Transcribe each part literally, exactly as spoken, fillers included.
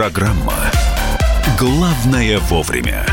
Программа «Главное вовремя».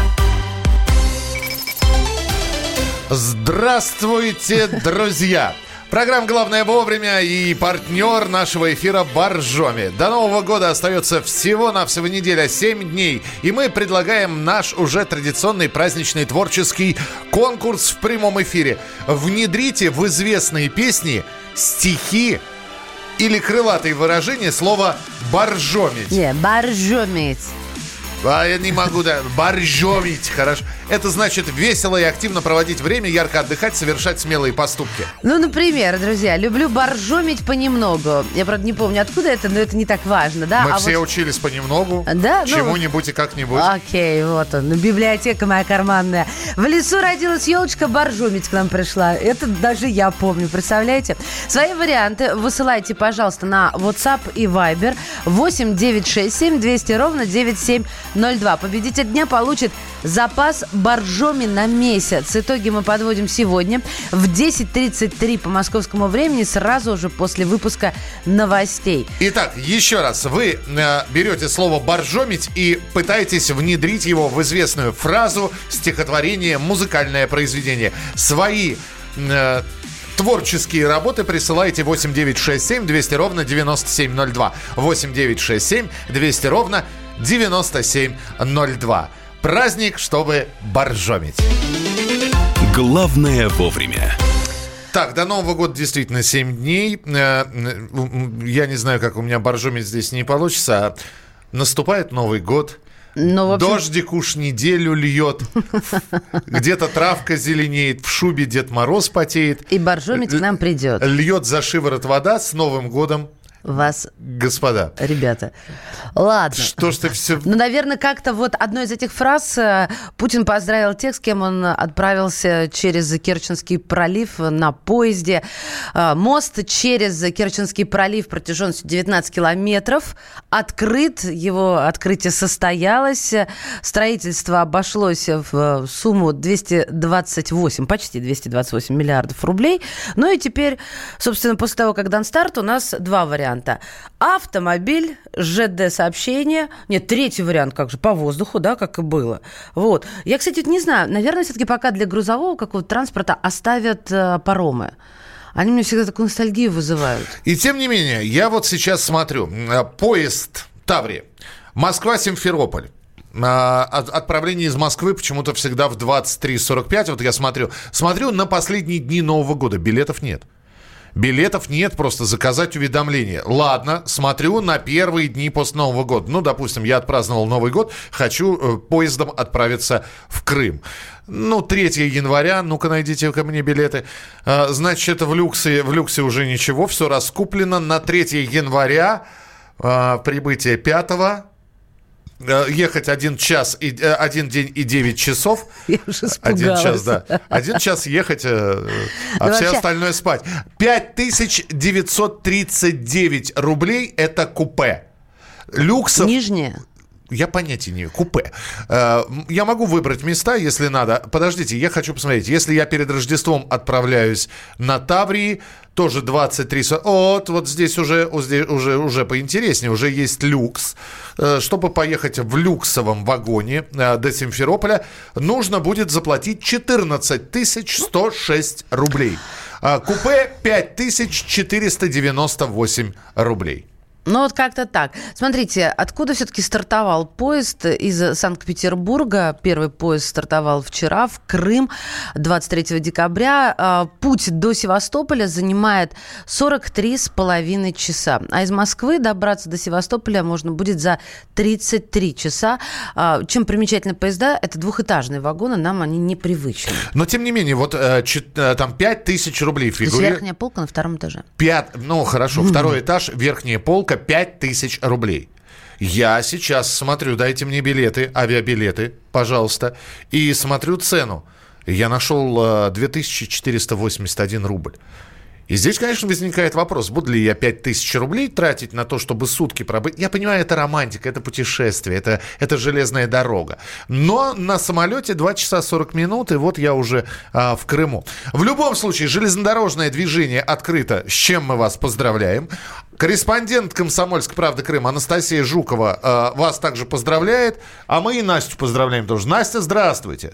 Здравствуйте, друзья! Программа «Главное вовремя» и партнер нашего эфира «Боржоми». До Нового года остается всего-навсего неделя, семь дней. И мы предлагаем наш уже традиционный праздничный творческий конкурс в прямом эфире. Внедрите в известные песни стихи или крылатые выражения слова «боржомить». Не, боржомить. А я не могу, да. Боржомить, хорошо. Это значит весело и активно проводить время, ярко отдыхать, совершать смелые поступки. Ну, например, друзья, люблю боржомить понемногу. Я, правда, не помню, откуда это, но это не так важно, да? Мы а все вот... учились понемногу. Да? Чему-нибудь ну... и как-нибудь. Окей, вот он, библиотека моя карманная. В лесу родилась елочка, боржомить к нам пришла. Это даже я помню, представляете? Свои варианты высылайте, пожалуйста, на WhatsApp и Viber восемь девятьсот шестьдесят семь двести ровно девяносто семь ноль два. Победитель дня получит запас боржоми на месяц. Итоги мы подводим сегодня в десять тридцать три по московскому времени, сразу же после выпуска новостей. Итак, еще раз. Вы э, берете слово «боржомить» и пытаетесь внедрить его в известную фразу, стихотворение, музыкальное произведение. Свои... Э, Творческие работы присылайте восемь девятьсот шестьдесят семь двести ровно девяносто семь ноль два. восемь девятьсот шестьдесят семь двести ровно девяносто семь ноль два. Праздник, чтобы боржомить. Главное вовремя. Так, до Нового года действительно семь дней. Я не знаю, как у меня боржомить здесь не получится. Наступает Новый год. Ну, общем... Дождик уж неделю льет, где-то травка зеленеет, в шубе Дед Мороз потеет. И боржомить к нам придет. Льет за шиворот вода. С Новым годом вас, господа. Ребята. Ладно. Что ж ты все... Ну, наверное, как-то вот одной из этих фраз Путин поздравил тех, с кем он отправился через Керченский пролив на поезде. Мост через Керченский пролив протяженностью девятнадцать километров открыт. Его открытие состоялось. Строительство обошлось в сумму двести двадцать восемь, почти двести двадцать восемь миллиардов рублей. Ну и теперь, собственно, после того, как дан старт, у нас два варианта. Автомобиль, ЖД-сообщение. Нет, третий вариант, как же, по воздуху, да, как и было. Вот. Я, кстати, не знаю, наверное, все-таки пока для грузового какого-то транспорта оставят э, паромы. Они мне всегда такую ностальгию вызывают. И тем не менее, я вот сейчас смотрю. Поезд Таврия. Москва-Симферополь. Отправление из Москвы почему-то всегда в двадцать три сорок пять. Вот я смотрю. Смотрю на последние дни Нового года. Билетов нет. Билетов нет, просто заказать уведомление. Ладно, смотрю на первые дни после Нового года. Ну, допустим, я отпраздновал Новый год, хочу э, поездом отправиться в Крым. Ну, третьего января, ну-ка найдите ко мне билеты. Э, значит, в люксе, в люксе уже ничего, все раскуплено. На третьего января э, прибытие пятого. Ехать один час и один день и девять часов. Я уже испугалась. Один час, да. Один час ехать, а да все вообще... остальное спать. пять тысяч девятьсот тридцать девять рублей это купе. Люксов... Нижнее. Я понятия не имею. Купе. Я могу выбрать места, если надо. Подождите, я хочу посмотреть. Если я перед Рождеством отправляюсь на Таврии, тоже двадцать три... Вот, вот здесь уже, уже, уже поинтереснее. Уже есть люкс. Чтобы поехать в люксовом вагоне до Симферополя, нужно будет заплатить четырнадцать тысяч сто шесть рублей. Купе пять тысяч четыреста девяносто восемь рублей. Ну, вот как-то так. Смотрите, откуда все-таки стартовал поезд из Санкт-Петербурга? Первый поезд стартовал вчера в Крым двадцать третьего декабря. Путь до Севастополя занимает сорок три с половиной часа. А из Москвы добраться до Севастополя можно будет за тридцать три часа. Чем примечательны поезда? Это двухэтажные вагоны, нам они непривычны. Но, тем не менее, вот там пять тысяч рублей фигурирует. То есть верхняя полка на втором этаже. пять, ну, хорошо, второй этаж, верхняя полка. пять тысяч рублей. Я сейчас смотрю, дайте мне билеты, авиабилеты, пожалуйста, и смотрю цену. Я нашел две тысячи четыреста восемьдесят один рубль. И здесь, конечно, возникает вопрос, буду ли я пять тысяч рублей тратить на то, чтобы сутки пробыть. Я понимаю, это романтика, это путешествие, это, это железная дорога. Но на самолете два часа сорок минут, и вот я уже а, в Крыму. В любом случае, железнодорожное движение открыто, с чем мы вас поздравляем. Корреспондент «Комсомольской правды» Крым Анастасия Жукова а, вас также поздравляет, а мы и Настю поздравляем тоже. Настя, здравствуйте.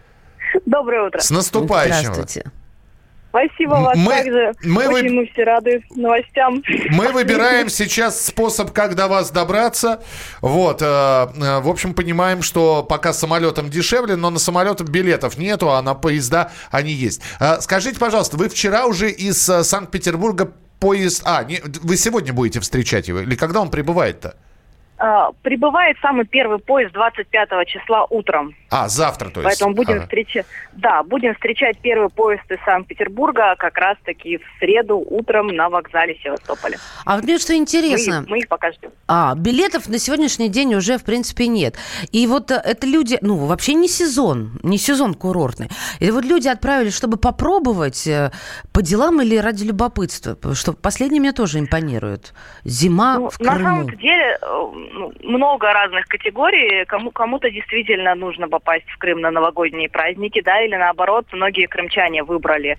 Доброе утро. С наступающим. Здравствуйте. Спасибо вас мы, также. Мы Очень вы... мы все рады новостям. Мы выбираем сейчас способ, как до вас добраться. Вот, э, э, в общем, понимаем, что пока самолетом дешевле, но на самолет билетов нету, а на поезда они есть. Э, скажите, пожалуйста, вы вчера уже из э, Санкт-Петербурга поезд... А, не, вы сегодня будете встречать его? Или когда он прибывает-то? А, прибывает самый первый поезд двадцать пятого числа утром. А, завтра, то есть. Поэтому будем ага. встречать, да, будем встречать первый поезд из Санкт-Петербурга как раз-таки в среду утром на вокзале Севастополя. А вот мне что интересно. Мы, мы их пока ждем. А, билетов на сегодняшний день уже, в принципе, нет. И вот это люди, ну, вообще не сезон, не сезон курортный. И вот люди отправились, чтобы попробовать по делам или ради любопытства, что последнее меня тоже импонирует. Зима ну, в Крыму. На самом деле много разных категорий. Кому, кому-то действительно нужно попасть в Крым на новогодние праздники, да, или наоборот, многие крымчане выбрали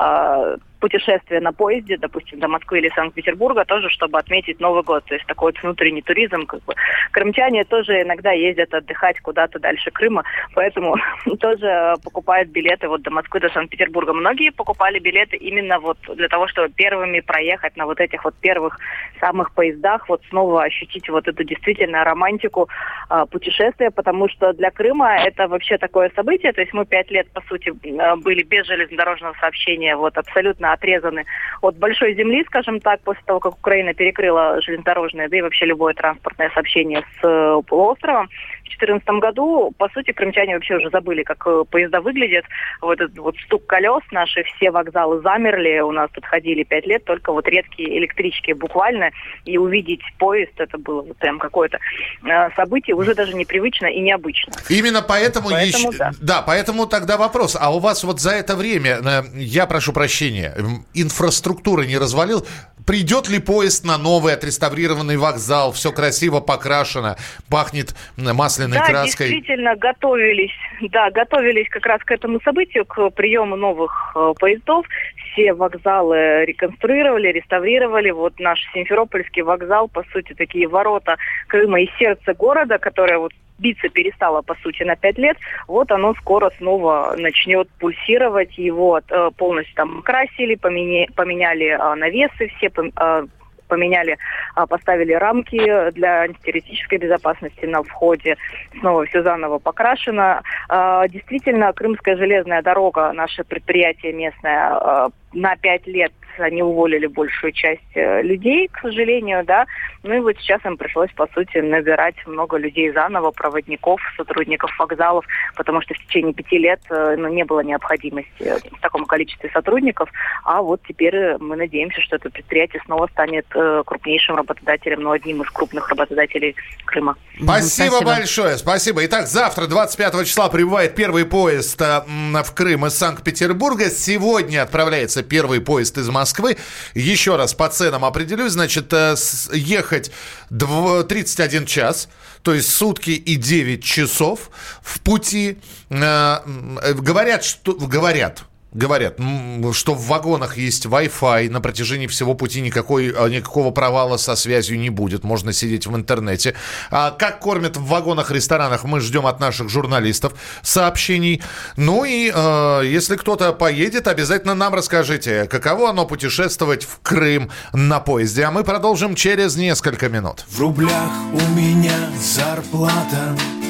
э, путешествие на поезде, допустим, до Москвы или Санкт-Петербурга, тоже, чтобы отметить Новый год. То есть такой вот внутренний туризм. Как бы. Крымчане тоже иногда ездят отдыхать куда-то дальше Крыма, поэтому тоже покупают билеты вот до Москвы, до Санкт-Петербурга. Многие покупали билеты именно вот для того, чтобы первыми проехать на вот этих вот первых самых поездах, вот снова ощутить вот эту действительно романтику э, путешествия, потому что для Крыма это вообще такое событие. То есть мы пять лет, по сути, были без железнодорожного сообщения, вот абсолютно отрезаны от большой земли, скажем так, после того, как Украина перекрыла железнодорожное, да и вообще любое транспортное сообщение с полуостровом. В две тысячи четырнадцатом году, по сути, крымчане вообще уже забыли, как поезда выглядят. Вот этот вот стук колес, наши все вокзалы замерли, у нас тут ходили пять лет, только вот редкие электрички буквально, и увидеть поезд, это было вот прям какое-то э, событие, уже даже непривычно и необычно. Именно поэтому... поэтому еще... да. да, поэтому тогда вопрос, а у вас вот за это время, я прошу прощения, инфраструктура не развалил? Придет ли поезд на новый отреставрированный вокзал? Все красиво покрашено, пахнет масляной да, краской. Да, действительно, готовились, да, готовились как раз к этому событию, к приему новых э, поездов. Все вокзалы реконструировали, реставрировали. Вот наш Симферопольский вокзал, по сути, такие ворота Крыма и сердце города, которое вот биться перестало, по сути, на пять лет, вот оно скоро снова начнет пульсировать. Его э, полностью там красили, поменя- поменяли э, навесы все, э, поменяли, э, поставили рамки для антитеррористической безопасности на входе. Снова все заново покрашено. Э, действительно, Крымская железная дорога, наше предприятие местное, э, на пять лет они уволили большую часть э, людей, к сожалению, да. Ну и вот сейчас им пришлось, по сути, набирать много людей заново, проводников, сотрудников вокзалов, потому что в течение пяти лет э, ну, не было необходимости в таком количестве сотрудников. А вот теперь мы надеемся, что это предприятие снова станет э, крупнейшим работодателем, ну, одним из крупных работодателей Крыма. Спасибо, Спасибо большое, спасибо. Итак, завтра, двадцать пятого числа, прибывает первый поезд э, в Крым из Санкт-Петербурга. Сегодня отправляется первый поезд из Москвы. Еще раз по ценам определюсь. Значит, э, с, ехать тридцать один час, то есть сутки и девять часов в пути. Э, э, говорят, что... Говорят... Говорят, что в вагонах есть Wi-Fi, на протяжении всего пути никакой, никакого провала со связью не будет, можно сидеть в интернете. А как кормят в вагонах, ресторанах, мы ждем от наших журналистов сообщений. Ну и э, если кто-то поедет, обязательно нам расскажите, каково оно путешествовать в Крым на поезде. А мы продолжим через несколько минут. В рублях у меня зарплата,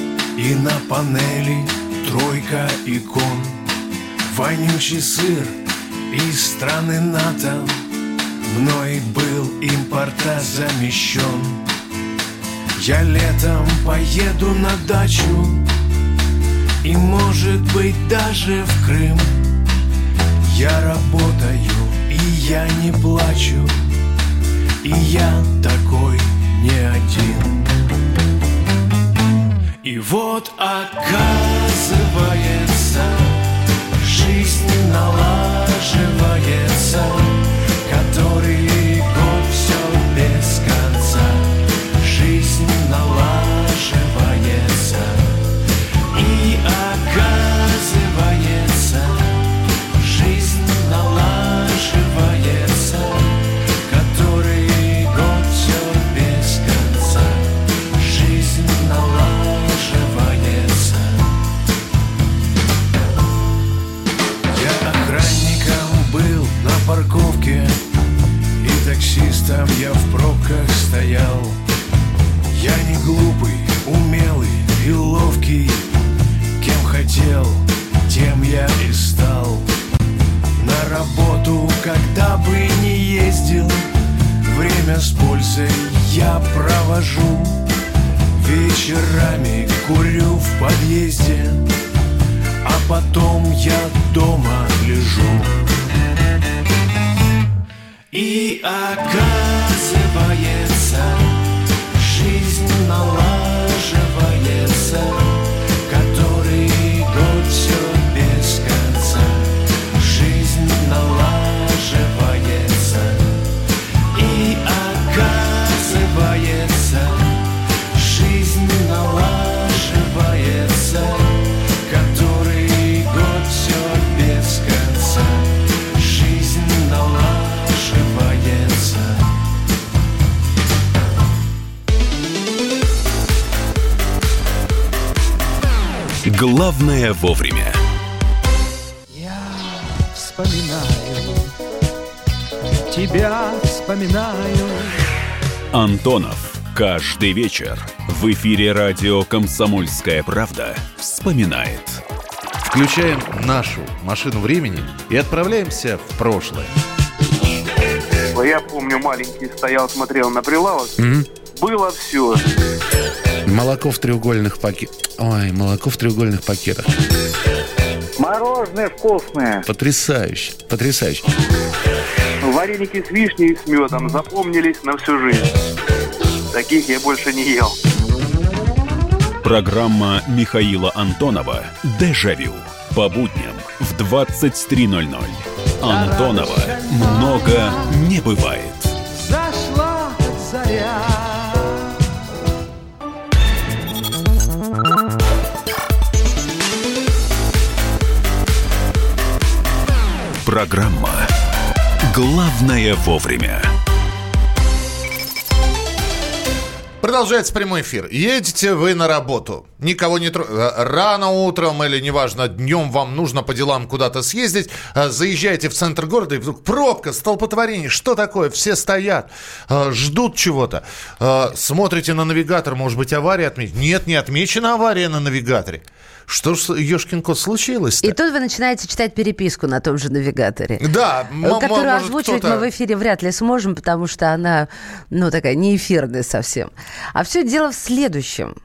и на панели тройка икон. Вонючий сыр из страны НАТО мной был импортозамещен. Я летом поеду на дачу и, может быть, даже в Крым. Я работаю, и я не плачу, и я такой не один. И вот оказывается, жизнь налаживается, парковке, и таксистом я в пробках стоял. Я не глупый, умелый и ловкий, кем хотел, тем я и стал. На работу, когда бы не ездил, время с пользой я провожу. Вечерами курю в подъезде, а потом я дома лежу. И оказывается, жизнь налаживается, который год все без конца. Жизнь налаживается, и оказывается, жизнь налаживается, который год все без конца. Жизнь налаживается. Главное вовремя. Я вспоминаю, тебя вспоминаю. Антонов. Каждый вечер в эфире радио «Комсомольская правда» вспоминает. Включаем нашу машину времени и отправляемся в прошлое. Я помню, маленький стоял, смотрел на прилавок. Mm-hmm. Было все. Молоко в треугольных пакетах. Ой, молоко в треугольных пакетах. Мороженое вкусное. Потрясающе, потрясающе. Вареники с вишней и с медом запомнились на всю жизнь. Таких я больше не ел. Программа Михаила Антонова «Дежавю». По будням в двадцать три ноль ноль. Антонова много не бывает. Зашла заря. Программа «Главное вовремя». Продолжается прямой эфир. Едете вы на работу. Никого не трогайте. Рано утром или, неважно, днем вам нужно по делам куда-то съездить. Заезжаете в центр города, и вдруг пробка, столпотворение. Что такое? Все стоят, ждут чего-то. Смотрите на навигатор, может быть, авария отмечена. Нет, не отмечена авария на навигаторе. Что ж, ёшкин кот, случилось-то? И тут вы начинаете читать переписку на том же навигаторе. Да. М- которую может, озвучивать кто-то... мы в эфире вряд ли сможем, потому что она, ну, такая не эфирная совсем. А все дело в следующем.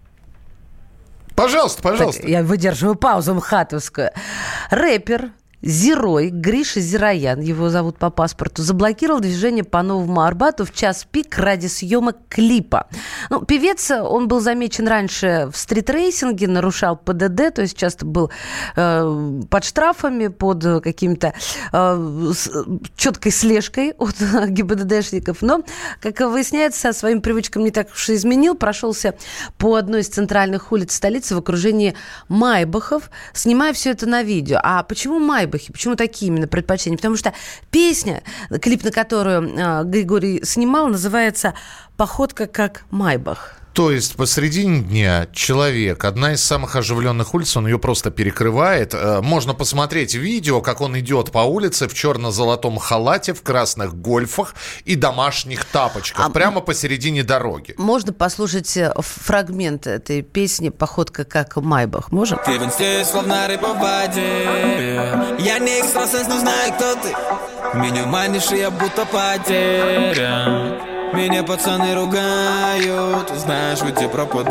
Пожалуйста, пожалуйста. Так, я выдерживаю паузу мхатовскую. Рэпер Зерой, Гриша Зероян, его зовут по паспорту, заблокировал движение по Новому Арбату в час пик ради съемок клипа. Ну, певец, он был замечен раньше в стритрейсинге, нарушал ПДД, то есть часто был э, под штрафами, под каким-то э, с, четкой слежкой от ГИБДДшников. Но, как выясняется, своим привычкам не так уж и изменил. Прошелся по одной из центральных улиц столицы в окружении майбахов, снимая все это на видео. А почему майбахи? Почему такие именно предпочтения? Потому что песня, клип на которую э, Григорий снимал, называется «Походка как майбах». То есть посредине дня человек, одна из самых оживленных улиц, он ее просто перекрывает. Можно посмотреть видео, как он идет по улице в черно-золотом халате, в красных гольфах и домашних тапочках, а прямо посередине дороги. Можно послушать фрагмент этой песни «Походка как майбах». Можем? Ты в инсте, словно рыба в воде. Я не экстрасенс, но знаю, кто ты. Меня манишь, и я будто потерян. Меня пацаны ругают, знаешь, уйти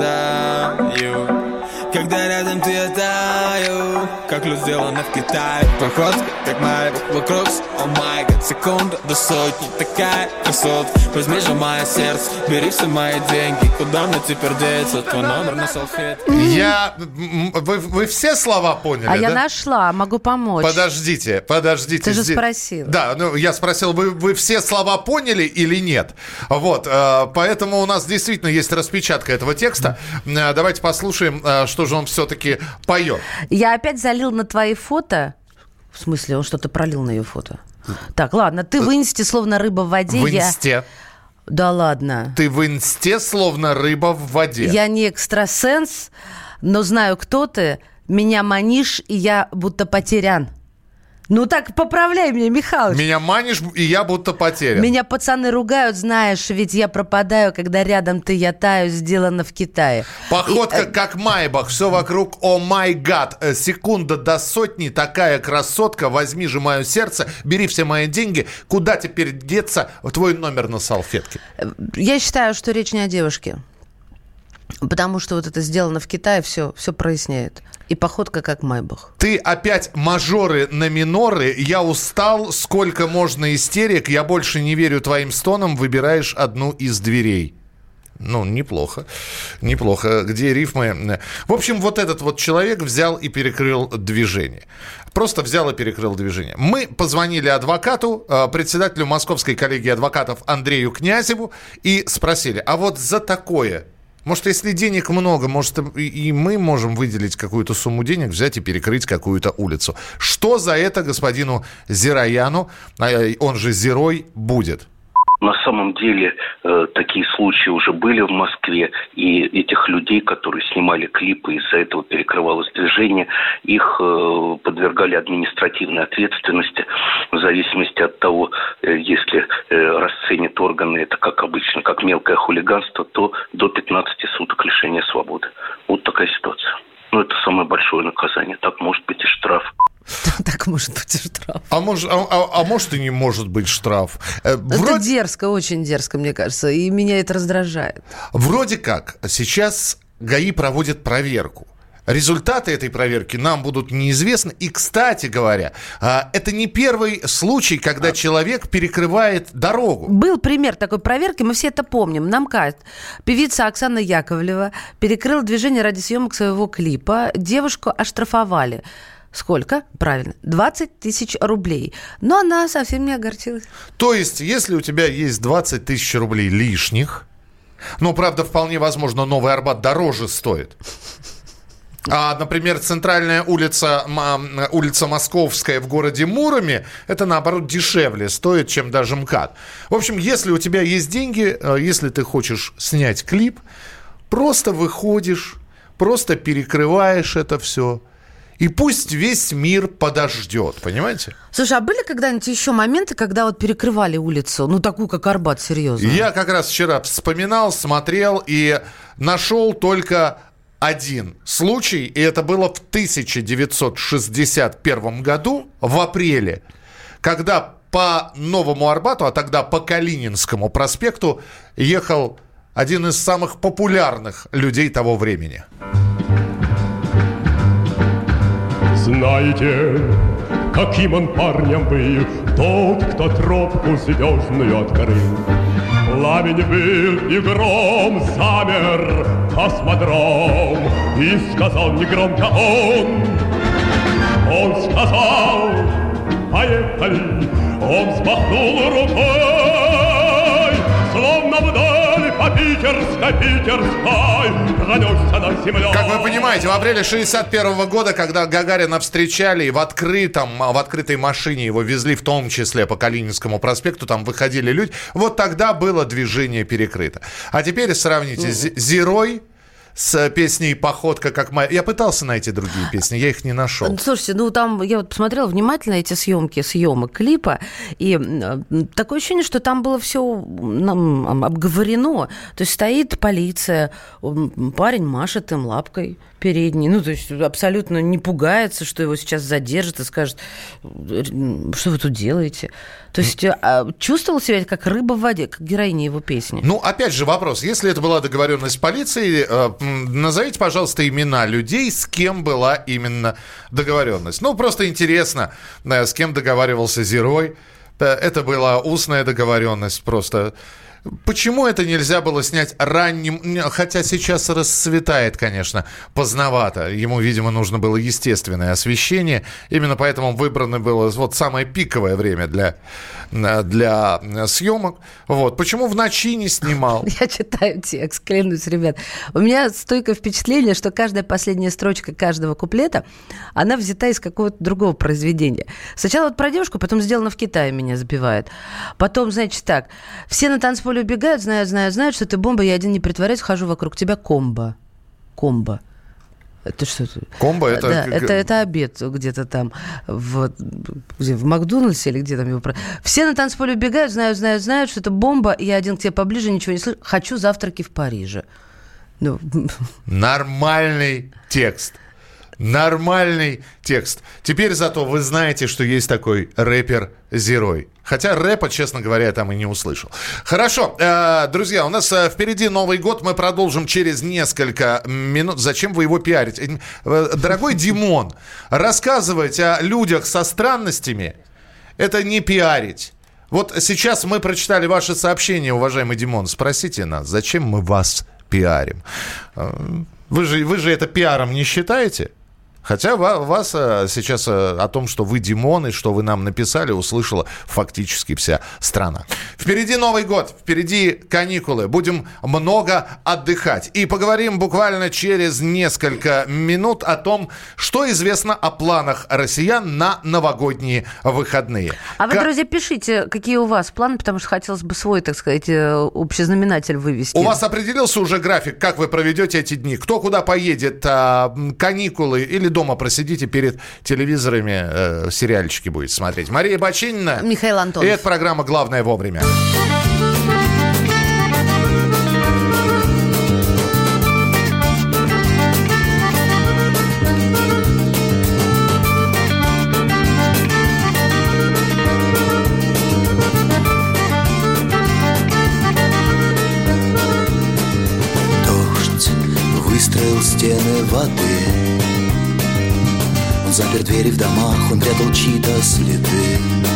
пропадаю. Когда рядом ты, я таю, как лед сделано в Китае. Походка, как майбах, вокруг, о май гад. Секунда до сотни, такая красота. Возьми же мое сердце, бери все мои деньги. Куда мне теперь деться, твой номер на салфетке. Я... Вы, вы все слова поняли, А да? я нашла, могу помочь. Подождите, подождите. Ты же Здесь... спросил. Да, ну я спросил, вы, вы все слова поняли или нет? Вот, э, поэтому у нас действительно есть распечатка этого текста. Э, давайте послушаем, э, что же он все-таки поет. Я опять залил на твои фото. В смысле, он что-то пролил на ее фото. Так, ладно, ты в инсте, словно рыба в воде. В я... инсте. Да ладно. Ты в инсте, словно рыба в воде. Я не экстрасенс, но знаю, кто ты. Меня манишь, и я будто потерян. Ну так поправляй меня, Михалыч. Меня манишь, и я будто потерян. Меня пацаны ругают, знаешь, ведь я пропадаю, когда рядом ты, я таю, сделано в Китае. Походка И, как Майбах, все вокруг, о май гад. Секунда до сотни, такая красотка, возьми же мое сердце, бери все мои деньги, куда теперь деться, твой номер на салфетке. Я считаю, что речь не о девушке. Потому что вот это сделано в Китае, все, все проясняет. И походка как Майбах. Ты опять мажоры на миноры. Я устал. Сколько можно истерик. Я больше не верю твоим стонам. Выбираешь одну из дверей. Ну, неплохо. Неплохо. Где рифмы? В общем, вот этот вот человек взял и перекрыл движение. Просто взял и перекрыл движение. Мы позвонили адвокату, председателю Московской коллегии адвокатов Андрею Князеву и спросили, а вот за такое... Может, если денег много, может, и мы можем выделить какую-то сумму денег, взять и перекрыть какую-то улицу. Что за это господину Зирояну, он же Зирой, будет? На самом деле э, такие случаи уже были в Москве, и этих людей, которые снимали клипы, из-за этого перекрывалось движение, их э, подвергали административной ответственности в зависимости от того, э, если э, расценят органы это, как обычно, как мелкое хулиганство, то до пятнадцати суток лишения свободы. Вот такая ситуация. Ну, это самое большое наказание. Так может быть и штраф. Так может быть и штраф. А может, а, а, а может и не может быть штраф. Вроде... Это дерзко, очень дерзко, мне кажется. И меня это раздражает. Вроде как сейчас ГАИ проводит проверку. Результаты этой проверки нам будут неизвестны. И, кстати говоря, это не первый случай, когда а... человек перекрывает дорогу. Был пример такой проверки, мы все это помним. На МКАД певица Оксана Яковлева перекрыла движение ради съемок своего клипа. Девушку оштрафовали. Сколько? Правильно. двадцать тысяч рублей. Но она совсем не огорчилась. То есть, если у тебя есть двадцать тысяч рублей лишних, ну, правда, вполне возможно, Новый Арбат дороже стоит. А, например, центральная улица, улица Московская в городе Муроме, это, наоборот, дешевле стоит, чем даже МКАД. В общем, если у тебя есть деньги, если ты хочешь снять клип, просто выходишь, просто перекрываешь это все. И пусть весь мир подождет, понимаете? Слушай, а были когда-нибудь еще моменты, когда вот перекрывали улицу? Ну, такую, как Арбат, серьезно. Я как раз вчера вспоминал, смотрел и нашел только один случай. И это было в тысяча девятьсот шестьдесят первом году, в апреле, когда по Новому Арбату, а тогда по Калининскому проспекту ехал один из самых популярных людей того времени. Знаете, каким он парнем был, тот, кто тропку звездную открыл. Пламень был и гром замер космодром, и сказал негромко он, он сказал, поехали, он взмахнул рукой, словно вдаль по питерской, питерской пронесся над землей. Как вы понимаете, в апреле шестьдесят первого года, когда Гагарина встречали и в открытом, в открытой машине его везли, в том числе по Калининскому проспекту, там выходили люди, вот тогда было движение перекрыто. А теперь сравните mm-hmm. Зирой с песней «Походка как моя». Я пытался найти другие песни, я их не нашел. Слушайте, ну там я вот посмотрела внимательно эти съемки, съемок клипа, и такое ощущение, что там было все обговорено. То есть стоит полиция, парень машет им лапкой передней, ну, то есть абсолютно не пугается, что его сейчас задержат и скажет, что вы тут делаете. То есть чувствовал себя как рыба в воде, как героиня его песни. Ну, опять же вопрос. Если это была договоренность полиции, назовите, пожалуйста, имена людей, с кем была именно договоренность. Ну, просто интересно, с кем договаривался Зирой. Это была устная договоренность просто. Почему это нельзя было снять ранним, хотя сейчас расцветает, конечно, поздновато. Ему, видимо, нужно было естественное освещение. Именно поэтому выбрано было вот самое пиковое время для, для съемок. Вот. Почему в ночи не снимал? Я читаю текст, клянусь, ребят. У меня стойкое впечатление, что каждая последняя строчка каждого куплета, она взята из какого-то другого произведения. Сначала вот про девушку, потом «Сделано в Китае» меня забивает. Потом, значит, так. Все на танцполе убегают, знают, знают, знают, что ты бомба, я один не притворяюсь, хожу вокруг тебя, комбо. Комбо. Это что? Комбо это... Да, это, это обед где-то там в, где, в Макдональдсе или где там его... Все на танцполе убегают, знают, знают, знают, что это бомба. Я один к тебе поближе, ничего не слышу. Хочу завтраки в Париже. Ну. Нормальный текст. Нормальный текст. Теперь зато вы знаете, что есть такой рэпер Зерой. Хотя рэпа, честно говоря, я там и не услышал. Хорошо, э, друзья, у нас э, впереди Новый год. Мы продолжим через несколько минут. Зачем вы его пиарите? Э, дорогой Димон, рассказывать о людях со странностями – это не пиарить. Вот сейчас мы прочитали ваше сообщение, уважаемый Димон. Спросите нас, зачем мы вас пиарим? Э, вы же, вы же это пиаром не считаете? Хотя вас сейчас о том, что вы Димон и что вы нам написали, услышала фактически вся страна. Впереди Новый год, впереди каникулы. Будем много отдыхать. И поговорим буквально через несколько минут о том, что известно о планах россиян на новогодние выходные. А вы, как... друзья, пишите, какие у вас планы, потому что хотелось бы свой, так сказать, общезнаменатель вывести. У вас определился уже график, как вы проведете эти дни? Кто куда поедет? Каникулы или дома просидите перед телевизорами, э, сериальчики будете смотреть. Мария Бачинина. Михаил Антонов. И эта программа «Главное вовремя». Дождь выстроил стены воды. Он запер двери в домах, он прятал чьи-то следы.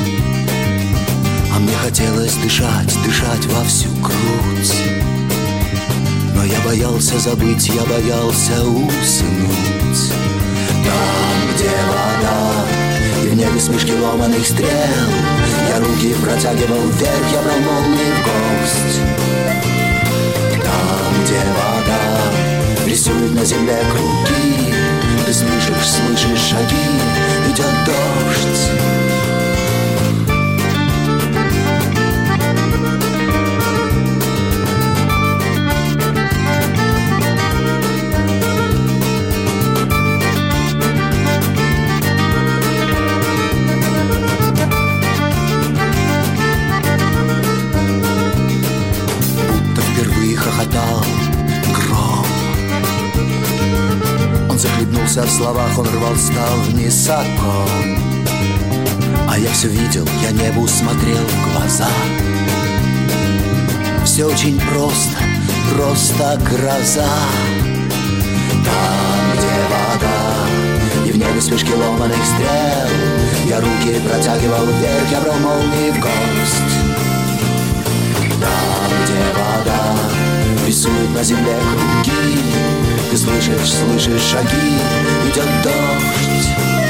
А мне хотелось дышать, дышать во всю грудь. Но я боялся забыть, я боялся уснуть. Там, где вода, и в небе вспышки ломаных стрел, я руки протягивал вверх, я брал молнии в гость. Там, где вода рисует на земле круги, ты слышишь, слышишь шаги, идет дождь. Будто впервые хохотал гром. Он захлебнулся в словах, он рвал ставни сапогом. А я все видел, я небу смотрел в глаза. Все очень просто, просто гроза. Там, где вода, и в небе вспышки ломаных стрел, я руки протягивал вверх, я брал молнии в гость. Там, где вода рисует на земле круги, ты слышишь, слышишь шаги, идет дождь.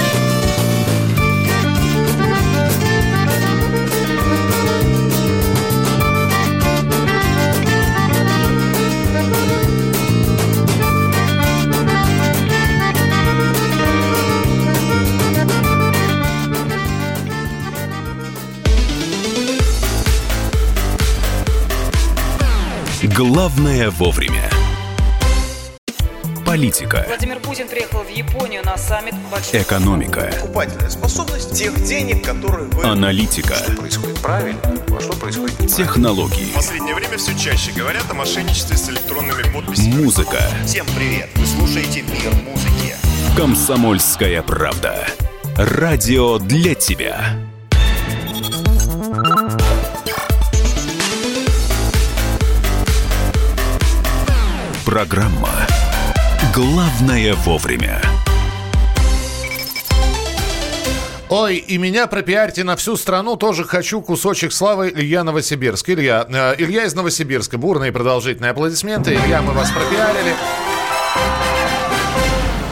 Главное вовремя. Политика. Владимир Путин приехал в Японию на саммит большой... Экономика. Покупательная способность тех денег, которые вы... Аналитика. Что происходит правильно, а что происходит неправильно. Технологии. В последнее время все чаще говорят о мошенничестве с электронными подписями. Музыка. Всем привет! Вы слушаете «Мир музыки». Комсомольская правда. Радио для тебя. Программа «Главное вовремя». Ой, и меня пропиарьте на всю страну. Тоже хочу кусочек славы. Илья Новосибирск. Илья, э, Илья из Новосибирска. Бурные продолжительные аплодисменты. Илья, мы вас пропиарили.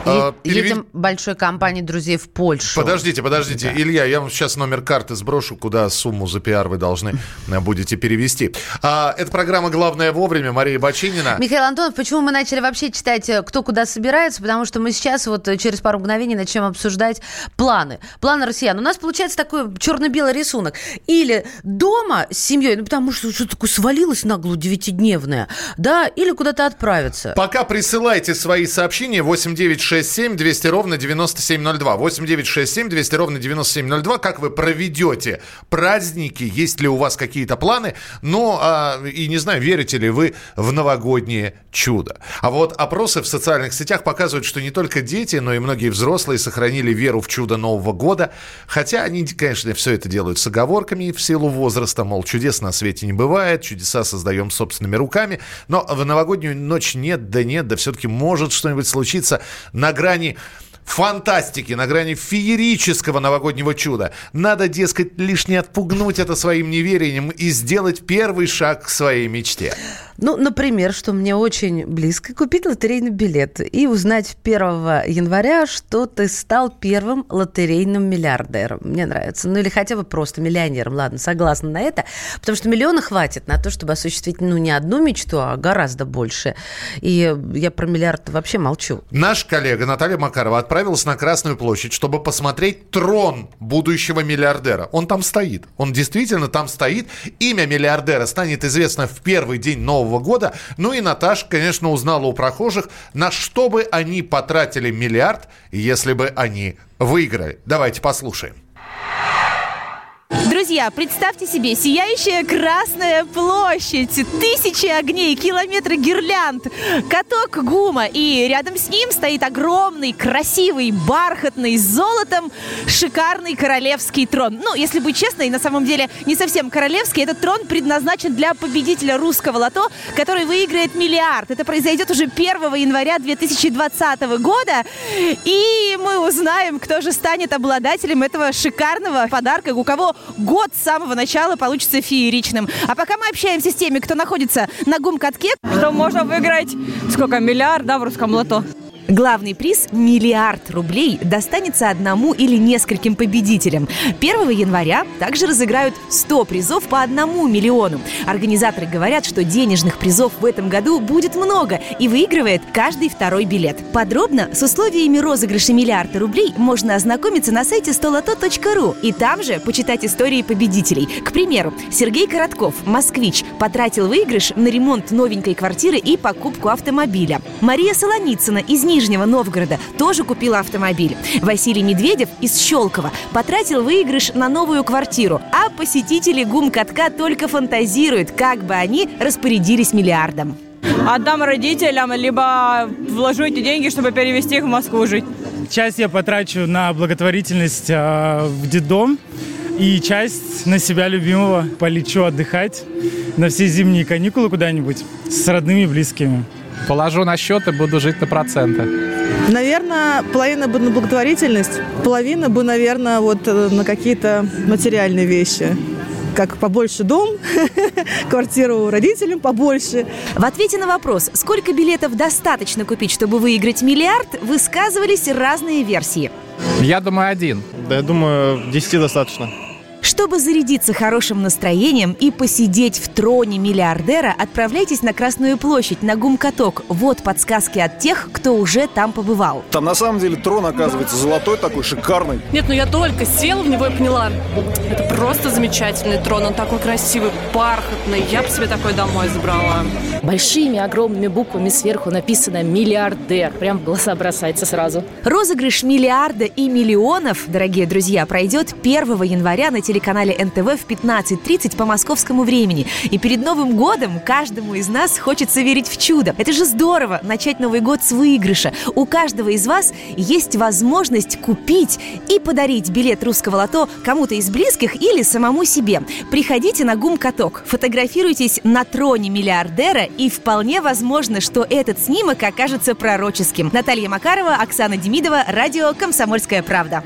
Э, перевед... Едем большой компанией друзей в Польшу. Подождите, подождите. Да. Илья, я вам сейчас номер карты сброшу, куда сумму за пиар вы должны будете перевести. А, это программа «Главное вовремя». Мария Бачинина. Михаил Антонов, почему мы начали вообще читать, кто куда собирается? Потому что мы сейчас вот через пару мгновений начнем обсуждать планы. Планы россиян. У нас получается такой черно-белый рисунок. Или дома с семьей, ну потому что что-то такое свалилось нагло девятидневное, да, или куда-то отправиться. Пока присылайте свои сообщения восемь девятьсот шестьдесят семь двести ровно девяносто семь ноль два. восемь девятьсот шестьдесят семь двести ровно девяносто семь ноль два. Как вы проведете праздники? Есть ли у вас какие-то планы? Ну, а, и не знаю, верите ли вы в новогоднее чудо. А вот опросы в социальных сетях показывают, что не только дети, но и многие взрослые сохранили веру в чудо Нового года. Хотя они, конечно, все это делают с оговорками в силу возраста. Мол, чудес на свете не бывает, чудеса создаем собственными руками. Но в новогоднюю ночь нет, да нет, да все-таки может что-нибудь случиться на грани фантастики, на грани феерического новогоднего чуда. Надо, дескать, лишь не отпугнуть это своим неверием и сделать первый шаг к своей мечте. Ну, например, что мне очень близко, купить лотерейный билет и узнать первого января, что ты стал первым лотерейным миллиардером. Мне нравится. Ну, или хотя бы просто миллионером. Ладно, согласна на это. Потому что миллиона хватит на то, чтобы осуществить, ну, не одну мечту, а гораздо больше. И я про миллиард вообще молчу. Наш коллега Наталья Макарова отправилась на Красную площадь, чтобы посмотреть трон будущего миллиардера. Он там стоит. Он действительно там стоит. Имя миллиардера станет известно в первый день нового года. Ну и Наташа, конечно, узнала у прохожих, на что бы они потратили миллиард, если бы они выиграли. Давайте послушаем. Друзья, представьте себе сияющая Красная площадь, тысячи огней, километры гирлянд, каток ГУМа, и рядом с ним стоит огромный, красивый, бархатный, с золотом, шикарный королевский трон. Ну, если быть честной, на самом деле не совсем королевский, этот трон предназначен для победителя русского лото, который выиграет миллиард. Это произойдет уже первого января две тысячи двадцатого года, и мы узнаем, кто же станет обладателем этого шикарного подарка, у кого год с самого начала получится фееричным. А пока мы общаемся с теми, кто находится на ГУМ-катке, что можно выиграть сколько, миллиард, да, в русском лото. Главный приз – миллиард рублей достанется одному или нескольким победителям. первого января также разыграют сто призов по одному миллиону. Организаторы говорят, что денежных призов в этом году будет много и выигрывает каждый второй билет. Подробно с условиями розыгрыша миллиарда рублей можно ознакомиться на сайте сто лото точка ру и там же почитать истории победителей. К примеру, Сергей Коротков, москвич, потратил выигрыш на ремонт новенькой квартиры и покупку автомобиля. Мария Солоницына из Нижнего Новгорода тоже купила автомобиль. Василий Медведев из Щелково потратил выигрыш на новую квартиру, а посетители ГУМ-катка только фантазируют, как бы они распорядились миллиардом. Отдам родителям, либо вложу эти деньги, чтобы перевести их в Москву жить. Часть я потрачу на благотворительность э, в детдом, и часть на себя любимого полечу отдыхать на все зимние каникулы куда-нибудь с родными и близкими. Положу на счет и буду жить на проценты. Наверное, половина бы на благотворительность, половина бы, наверное, вот на какие-то материальные вещи. Как побольше дом, квартиру родителям побольше. В ответе на вопрос, сколько билетов достаточно купить, чтобы выиграть миллиард, высказывались разные версии. Я думаю, один. Да, я думаю, десяти достаточно. Чтобы зарядиться хорошим настроением и посидеть в троне миллиардера, отправляйтесь на Красную площадь, на ГУМ-каток. Вот подсказки от тех, кто уже там побывал. Там на самом деле трон, оказывается, золотой такой, шикарный. Нет, ну я только села в него и поняла. Это просто замечательный трон, он такой красивый, бархатный. Я бы себе такой домой забрала. Большими огромными буквами сверху написано «миллиардер». Прям в глаза бросается сразу. Розыгрыш миллиарда и миллионов, дорогие друзья, пройдет первого января на телеканале эн тэ вэ в пятнадцать тридцать по московскому времени. И перед Новым годом каждому из нас хочется верить в чудо. Это же здорово начать Новый год с выигрыша. У каждого из вас есть возможность купить и подарить билет русского лото кому-то из близких или самому себе. Приходите на ГУМ-каток, фотографируйтесь на троне миллиардера, и вполне возможно, что этот снимок окажется пророческим. Наталья Макарова, Оксана Демидова, радио «Комсомольская правда».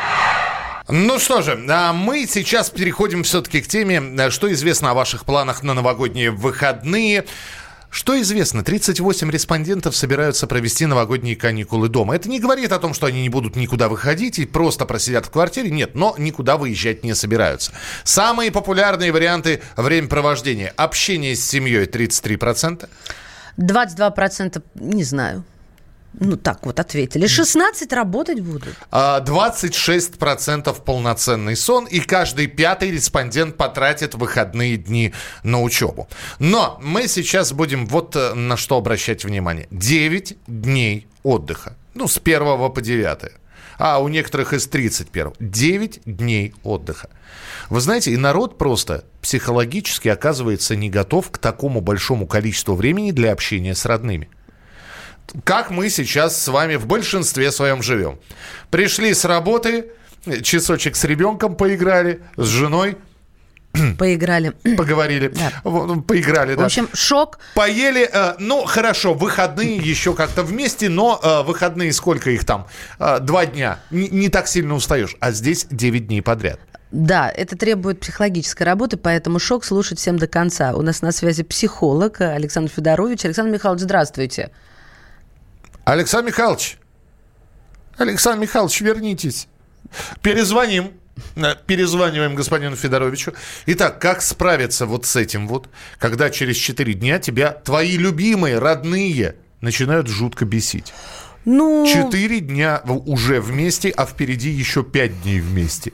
Ну что же, мы сейчас переходим все-таки к теме, что известно о ваших планах на новогодние выходные. Что известно? тридцать восемь респондентов собираются провести новогодние каникулы дома. Это не говорит о том, что они не будут никуда выходить и просто просидят в квартире. Нет, но никуда выезжать не собираются. Самые популярные варианты времяпровождения. Общение с семьей тридцать три процента. двадцать два процента не знаю. Ну, так вот ответили. шестнадцать работать будут. двадцать шесть процентов полноценный сон. И каждый пятый респондент потратит выходные дни на учебу. Но мы сейчас будем вот на что обращать внимание. девять дней отдыха. Ну, с первого по девятое. А у некоторых из тридцать первого. девять дней отдыха. Вы знаете, и народ просто психологически оказывается не готов к такому большому количеству времени для общения с родными. Как мы сейчас с вами в большинстве своем живем. Пришли с работы, часочек с ребенком поиграли, с женой. Поиграли. Поговорили. Да. Поиграли, да. В общем, шок. Поели, э, ну, хорошо, выходные еще как-то вместе, но э, выходные, сколько их там? Э, два дня. Н- не так сильно устаешь. А здесь девять дней подряд. Да, это требует психологической работы, поэтому шок слушать всем до конца. У нас на связи психолог Александр Федорович. Александр Михайлович, здравствуйте. Александр Михайлович, Александр Михайлович, вернитесь. Перезвоним. Перезваниваем господину Федоровичу. Итак, как справиться вот с этим вот, когда через четыре дня тебя твои любимые, родные начинают жутко бесить? Ну... Четыре дня уже вместе, а впереди еще пять дней вместе.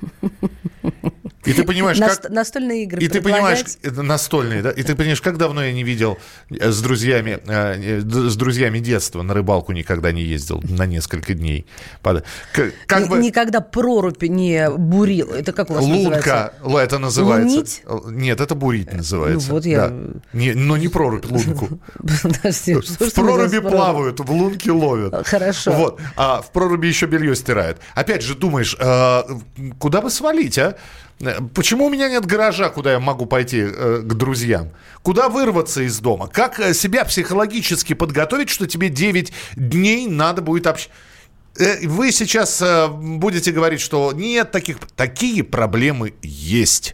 И ты понимаешь, Наст- как... Настольные игры И ты понимаешь, предлагать? это настольные, да? И ты понимаешь, как давно я не видел с друзьями, э, с друзьями детства, на рыбалку никогда не ездил на несколько дней. Как, как Н- бы... Никогда прорубь не бурил. Это как у вас Лунка, называется? это называется. Лунить? Нет, это бурить называется. Ну вот я... Да. Не, но не прорубь, лунку. Подожди, что В ж проруби ты плавают, в лунке ловят. Хорошо. Вот. А в проруби еще белье стирают. Опять же, думаешь, э, куда бы свалить, а? Почему у меня нет гаража, куда я могу пойти э, к друзьям? Куда вырваться из дома? Как э, себя психологически подготовить, что тебе девять дней надо будет общаться? Э, вы сейчас э, будете говорить, что нет таких... Такие проблемы есть.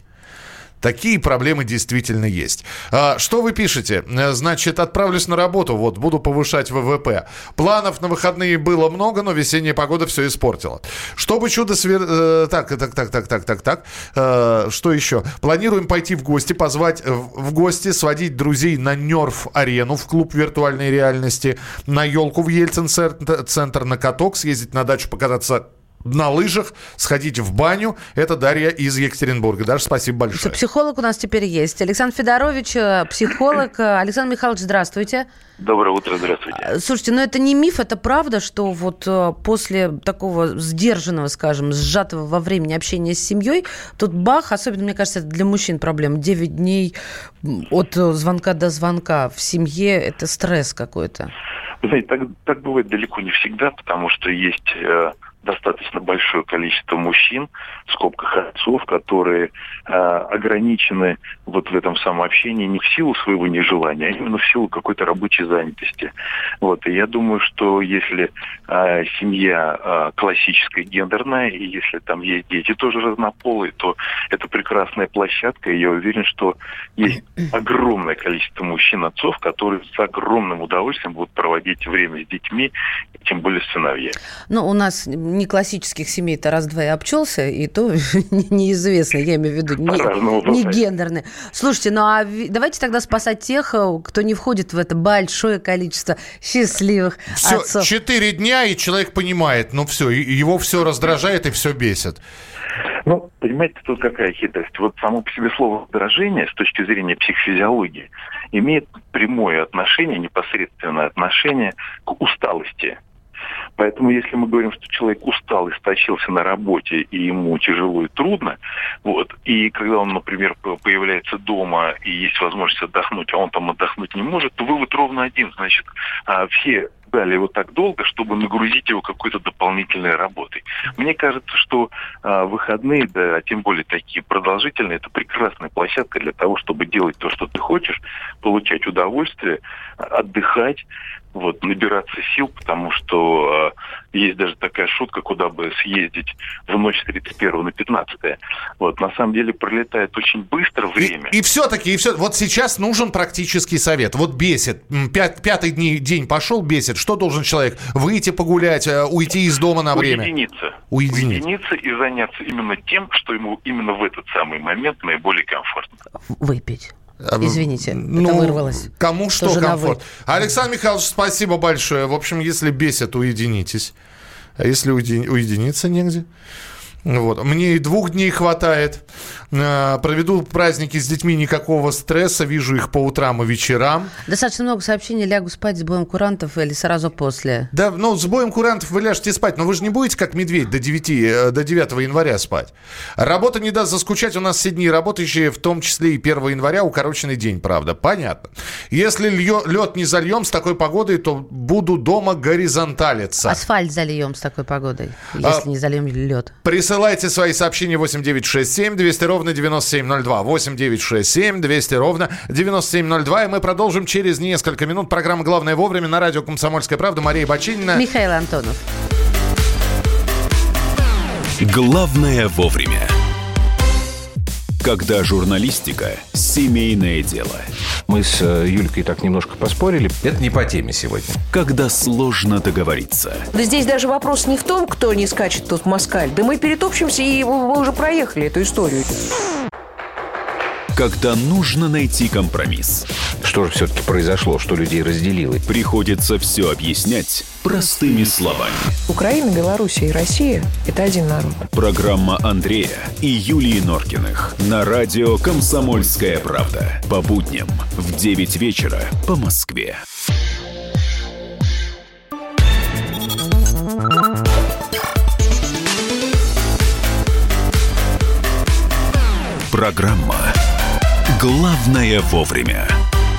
Такие проблемы действительно есть. А, что вы пишете? Значит, отправлюсь на работу, вот, буду повышать ВВП. Планов на выходные было много, но весенняя погода все испортила. Чтобы чудо свер... Э, так, так, так, так, так, так, так. Э, что еще? Планируем пойти в гости, позвать в гости, сводить друзей на Нерф-арену в клуб виртуальной реальности, на елку в Ельцин-центр, на каток, съездить на дачу, покататься на лыжах, сходить в баню. Это Дарья из Екатеринбурга. Даша, спасибо большое. Психолог у нас теперь есть. Александр Федорович, психолог. Александр Михайлович, здравствуйте. Доброе утро, здравствуйте. Слушайте, ну это не миф, это правда, что вот после такого сдержанного, скажем, сжатого во времени общения с семьей, тут бах, особенно, мне кажется, это для мужчин проблема. девять дней от звонка до звонка в семье – это стресс какой-то. Вы знаете, так, так бывает далеко не всегда, потому что есть... Э, достаточно большое количество мужчин, в скобках отцов, которые э, ограничены вот в этом самом общении не в силу своего нежелания, а именно в силу какой-то рабочей занятости. Вот. И я думаю, что если э, семья э, классическая, гендерная, и если там есть дети тоже разнополые, то это прекрасная площадка, и я уверен, что есть огромное количество мужчин-отцов, которые с огромным удовольствием будут проводить время с детьми, тем более с сыновьями. Ну, у нас не классических семей-то раз-два и обчелся, и то неизвестно, я имею в виду, не, не гендерные. Слушайте, ну а давайте тогда спасать тех, кто не входит в это большое количество счастливых все, отцов. Четыре дня, и человек понимает, ну все, его все раздражает и все бесит. Ну, понимаете, тут какая хитрость. Вот само по себе слово «раздражение» с точки зрения психофизиологии имеет прямое отношение, непосредственное отношение к усталости. Поэтому, если мы говорим, что человек устал, истощился на работе, и ему тяжело и трудно, вот, и когда он, например, появляется дома, и есть возможность отдохнуть, а он там отдохнуть не может, то вывод ровно один. Значит, все дали его так долго, чтобы нагрузить его какой-то дополнительной работой. Мне кажется, что выходные, да, а тем более такие продолжительные, это прекрасная площадка для того, чтобы делать то, что ты хочешь, получать удовольствие, отдыхать, вот, набираться сил, потому что э, Есть даже такая шутка, куда бы съездить в ночь с тридцать первого на пятнадцатое. Вот, на самом деле пролетает очень быстро время. И, и все-таки, и все, вот сейчас нужен практический совет. Вот бесит, Пят, пятый дни, день пошел, бесит. Что должен человек? Выйти погулять, уйти из дома на время? Уединиться. Уединиться. Уединиться и заняться именно тем, что ему именно в этот самый момент наиболее комфортно. Выпить. Извините, ну, это вырвалось. Кому что Тоже комфорт. Александр Михайлович, спасибо большое. В общем, если бесит, уединитесь. А если уедин... уединиться негде? Вот. Мне и двух дней хватает. Проведу праздники с детьми, никакого стресса. Вижу их по утрам и вечерам. Достаточно много сообщений. Лягу спать с боем курантов или сразу после? Да, ну, с боем курантов вы ляжете спать. Но вы же не будете, как медведь, до, девяти, до девятого января спать. Работа не даст заскучать. У нас все дни работающие, в том числе и первого января. Укороченный день, правда. Понятно. Если льё, лед не зальем с такой погодой, то буду дома горизонталиться. Асфальт зальем с такой погодой, если а, не зальем лед. Присылайте свои сообщения восемь девятьсот шестьдесят семь двести ровно девяносто семь ноль два. восемь девятьсот шестьдесят семь двести ровно девяносто семь ноль два. И мы продолжим через несколько минут. Программа «Главное вовремя» на радио «Комсомольская правда». Мария Бачинина. Михаил Антонов. Главное вовремя. Когда журналистика – семейное дело. Мы с Юлькой так немножко поспорили. Это не по теме сегодня. Когда сложно договориться. Да здесь даже вопрос не в том, кто не скачет тут в москаль. Да мы перетопчемся, и мы уже проехали эту историю. Когда нужно найти компромисс. Что же все-таки произошло, что людей разделило? Приходится все объяснять простыми словами. Украина, Белоруссия и Россия – это один народ. Программа Андрея и Юлии Норкиных на радио «Комсомольская правда». По будням в девять вечера по Москве. Программа «Главное вовремя».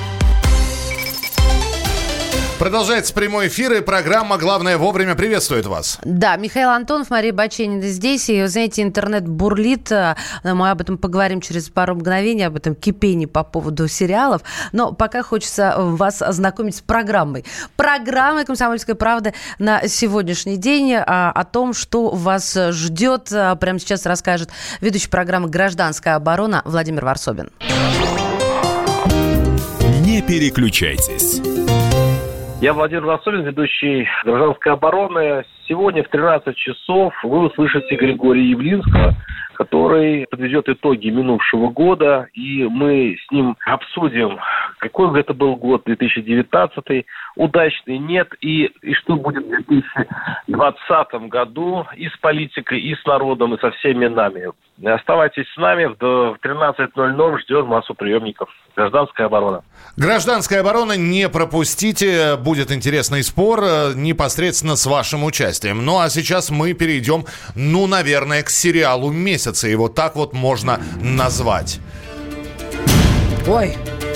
Продолжается прямой эфир, и программа «Главное вовремя» приветствует вас. Да, Михаил Антонов, Мария Бачинина здесь. И, знаете, интернет бурлит. Мы об этом поговорим через пару мгновений, об этом кипении по поводу сериалов. Но пока хочется вас ознакомить с программой. Программой «Комсомольская правда» на сегодняшний день. О том, что вас ждет, прямо сейчас расскажет ведущий программы «Гражданская оборона» Владимир Варсобин. Не переключайтесь. Я Владимир Варсобин, ведущий «Гражданской обороны». Сегодня в тринадцать часов вы услышите Григория Явлинского, который подведет итоги минувшего года, и мы с ним обсудим, какой это был год две тысячи девятнадцатый, удачный, нет, и, и что будет в две тысячи двадцатом году и с политикой, и с народом, и со всеми нами. Оставайтесь с нами, в тринадцать ноль ноль ждем массу приемников. Гражданская оборона. Гражданская оборона, не пропустите, будет интересный спор непосредственно с вашим участием. Ну а сейчас мы перейдем, ну, наверное, к сериалу месяца. Его так вот можно назвать. Ой.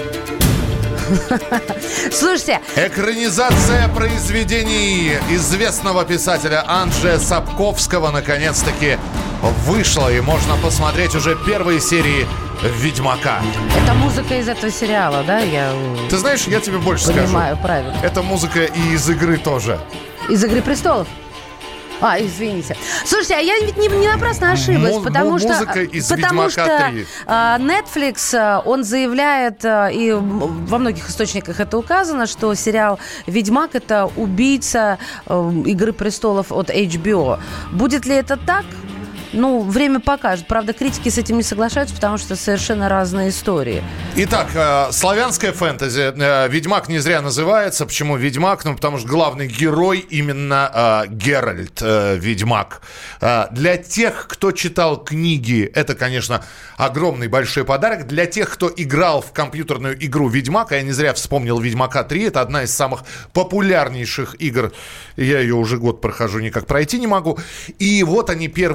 Слушайте. Экранизация произведений известного писателя Анджея Сапковского наконец-таки вышла. И можно посмотреть уже первые серии «Ведьмака». Это музыка из этого сериала, да? Я Ты знаешь, я тебе больше понимаю, скажу. Понимаю, правильно. Это музыка и из «Игры» тоже. Из «Игры престолов»? А, извините. Слушайте, а я ведь не, не напрасно ошиблась, Му- потому что, из потому что три. Netflix, он заявляет, и во многих источниках это указано, что сериал «Ведьмак» — это убийца «Игры престолов» от эйч би о. Будет ли это так? Ну, время покажет. Правда, критики с этим не соглашаются, потому что совершенно разные истории. Итак, э, славянская фэнтези. Э, «Ведьмак» не зря называется. Почему «Ведьмак»? Ну, потому что главный герой именно э, Геральт э, Ведьмак. Э, для тех, кто читал книги, это, конечно, огромный большой подарок. Для тех, кто играл в компьютерную игру «Ведьмак», я не зря вспомнил «Ведьмака три», это одна из самых популярнейших игр. Я ее уже год прохожу, никак пройти не могу. И вот они, первые серии.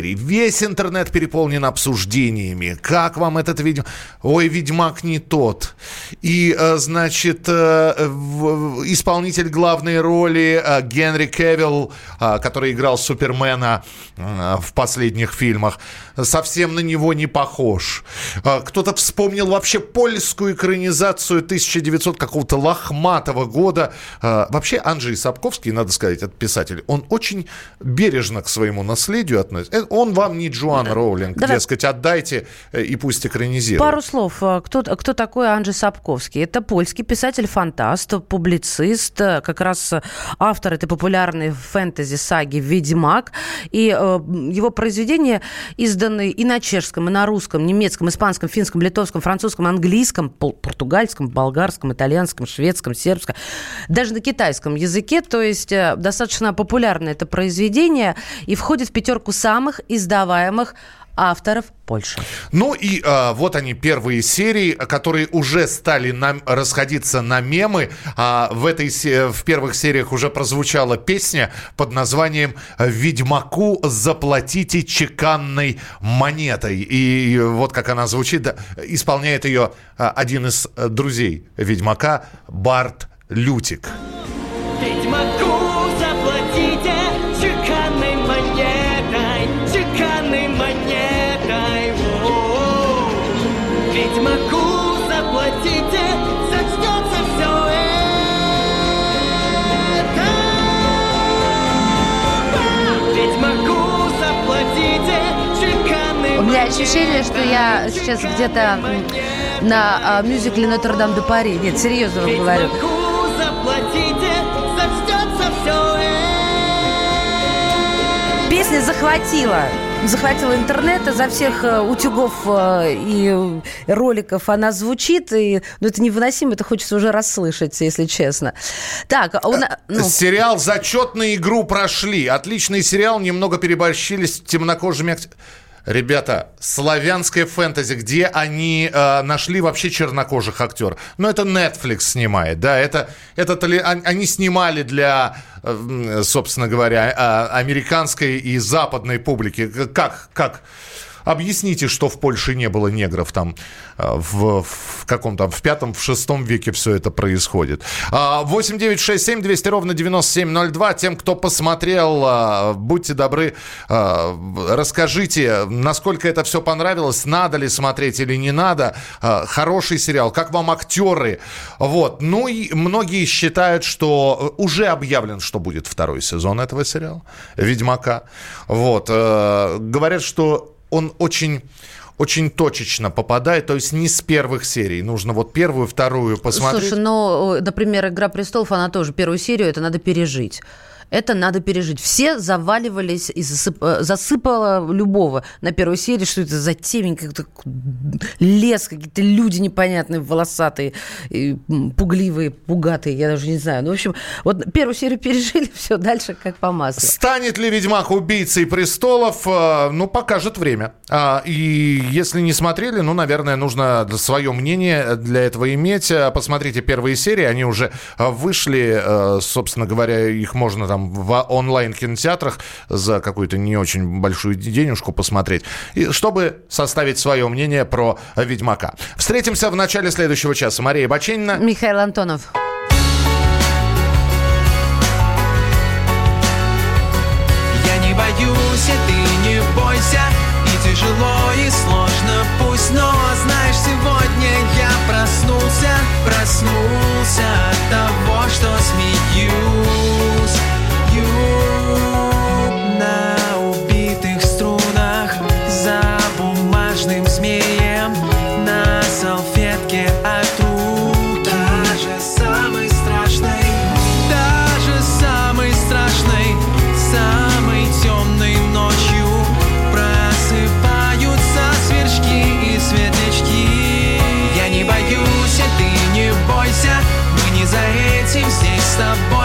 серий. Весь интернет переполнен обсуждениями. Как вам этот Ведьмак? Ой, Ведьмак не тот. И, значит, исполнитель главной роли Генри Кевилл, который играл Супермена в последних фильмах, совсем на него не похож. Кто-то вспомнил вообще польскую экранизацию тысяча девятисотого какого-то лохматого года. Вообще Анджей Сапковский, надо сказать, этот писатель, он очень бережно к своему наследию относится. Он вам не Джоан Роулинг, Давай. дескать, отдайте и пусть экранизирует. Пару слов. Кто, кто такой Анджей Сапковский? Это польский писатель-фантаст, публицист, как раз автор этой популярной фэнтези-саги «Ведьмак». И э, его произведения изданы и на чешском, и на русском, немецком, испанском, финском, литовском, французском, английском, португальском, болгарском, итальянском, шведском, сербском, даже на китайском языке. То есть э, достаточно популярное это произведение и входит в пятерку самых издаваемых авторов Польши. Ну и а, вот они, первые серии, которые уже стали нам расходиться на мемы. А, в, этой, в первых сериях уже прозвучала песня под названием «Ведьмаку заплатите чеканной монетой». И вот как она звучит, да, исполняет ее один из друзей Ведьмака, Барт Лютик. Ведьмаку заплатите чеканной монетой, чеканной монетой. О-о-о. Ведьмаку заплатите, сочтется все это. Ведьмаку заплатите чеканной монетой. У меня ощущение, что я сейчас где-то на мюзикле «Нотр-Дам-де-Пари». Нет, серьезно вам говорю. Песня захватила. Захватила интернет, изо всех утюгов и роликов она звучит. И, ну, это невыносимо, это хочется уже расслышать, если честно. Так, у нас, ну... Сериал «Зачетную игру» прошли. Отличный сериал, немного переборщили с темнокожими актерами. Ребята, славянское фэнтези, где они э, нашли вообще чернокожих актеров? Ну, это Netflix снимает, да, это, это они снимали для, э, собственно говоря, э, американской и западной публики. Как, как? Объясните, что в Польше не было негров там в, в каком там, в пятом, в шестом веке все это происходит. восемь девятьсот шестьдесят семь двести ровно девяносто семь ноль два. Тем, кто посмотрел, будьте добры, расскажите, насколько это все понравилось, надо ли смотреть или не надо. Хороший сериал, как вам актеры? Вот. Ну и многие считают, что уже объявлен, что будет второй сезон этого сериала «Ведьмака». Вот. Говорят, что он очень, очень точечно попадает, то есть не с первых серий. Нужно вот первую, вторую посмотреть. Слушай, ну, например, «Игра престолов», она тоже первую серию, это надо пережить. Это надо пережить. Все заваливались и засып... засыпало любого на первой серии, что это за темень, как-то лес, какие-то люди непонятные, волосатые, пугливые, пугатые, я даже не знаю. Ну, в общем, вот первую серию пережили, все, дальше как по маслу. Станет ли «Ведьмак» убийцей престолов? Ну, покажет время. И если не смотрели, ну, наверное, нужно свое мнение для этого иметь. Посмотрите первые серии, они уже вышли, собственно говоря, их можно там в онлайн-кинотеатрах за какую-то не очень большую денежку посмотреть, и чтобы составить свое мнение про «Ведьмака». Встретимся в начале следующего часа. Мария Баченина. Михаил Антонов. Я не боюсь, и ты не бойся, и тяжело, и сложно пусть, но знаешь, сегодня я проснулся, проснулся от того, что смеюсь. На убитых струнах, за бумажным змеем, на салфетке от рук. Даже самый страшный, даже самый страшный, самой темной ночью просыпаются сверчки и светлячки. Я не боюсь, и ты не бойся, мы не за этим здесь с тобой.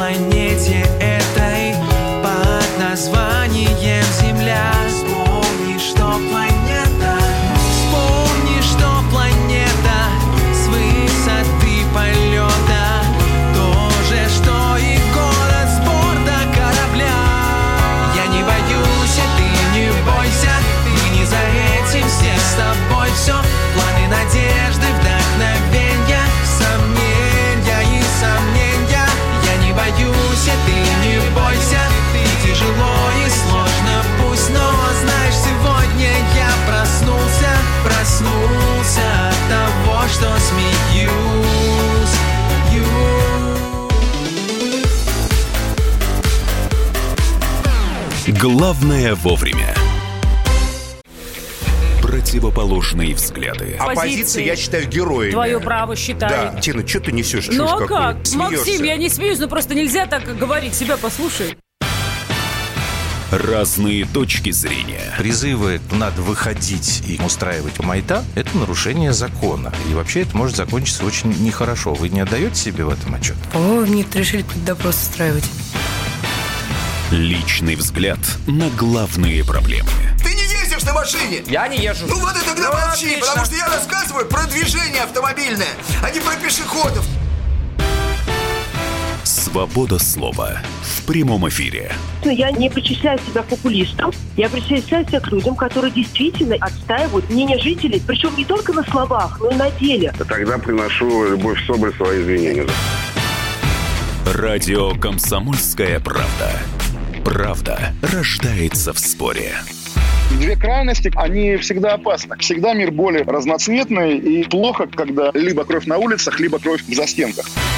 планете этой под названием Земля. Вспомни, что планета, вспомни, что планета с высоты полета то же, что и город с борта корабля. Я не боюсь, и ты не бойся, ты не за этим, все с тобой все. Планы, надежды, вдохновенья, сомнения и сомнения. Я не боюсь, и ты не бойся, и тяжело и сложно пусть, но знаешь, сегодня я проснулся, проснулся от того, что смеюсь. Главное вовремя. Противоположные взгляды. Оппозиция, я считаю, героями. Твое право считай. Да, Тина, что ты несешь? Ну а какую? как? Смеешься. Максим, я не смеюсь, но просто нельзя так говорить. Себя послушай. Разные точки зрения. Призывы «надо выходить и устраивать майдан» — это нарушение закона. И вообще это может закончиться очень нехорошо. Вы не отдаете себе в этом отчет? По-моему, нет, решили какой-то допрос устраивать. Личный взгляд на главные проблемы. Ты не ездишь на машине? Я не езжу. Ну вот и тогда ну, молчи, отлично. потому что я рассказываю про движение автомобильное, а не про пешеходов. Свобода слова в прямом эфире. Я не причисляю себя к популистам. Я причисляю себя к людям, которые действительно отстаивают мнение жителей. Причем не только на словах, но и на деле. Тогда приношу Любовь Соболь свои извинения. Радио «Комсомольская правда». Правда рождается в споре. Две крайности, они всегда опасны. Всегда мир более разноцветный, и плохо, когда либо кровь на улицах, либо кровь в застенках.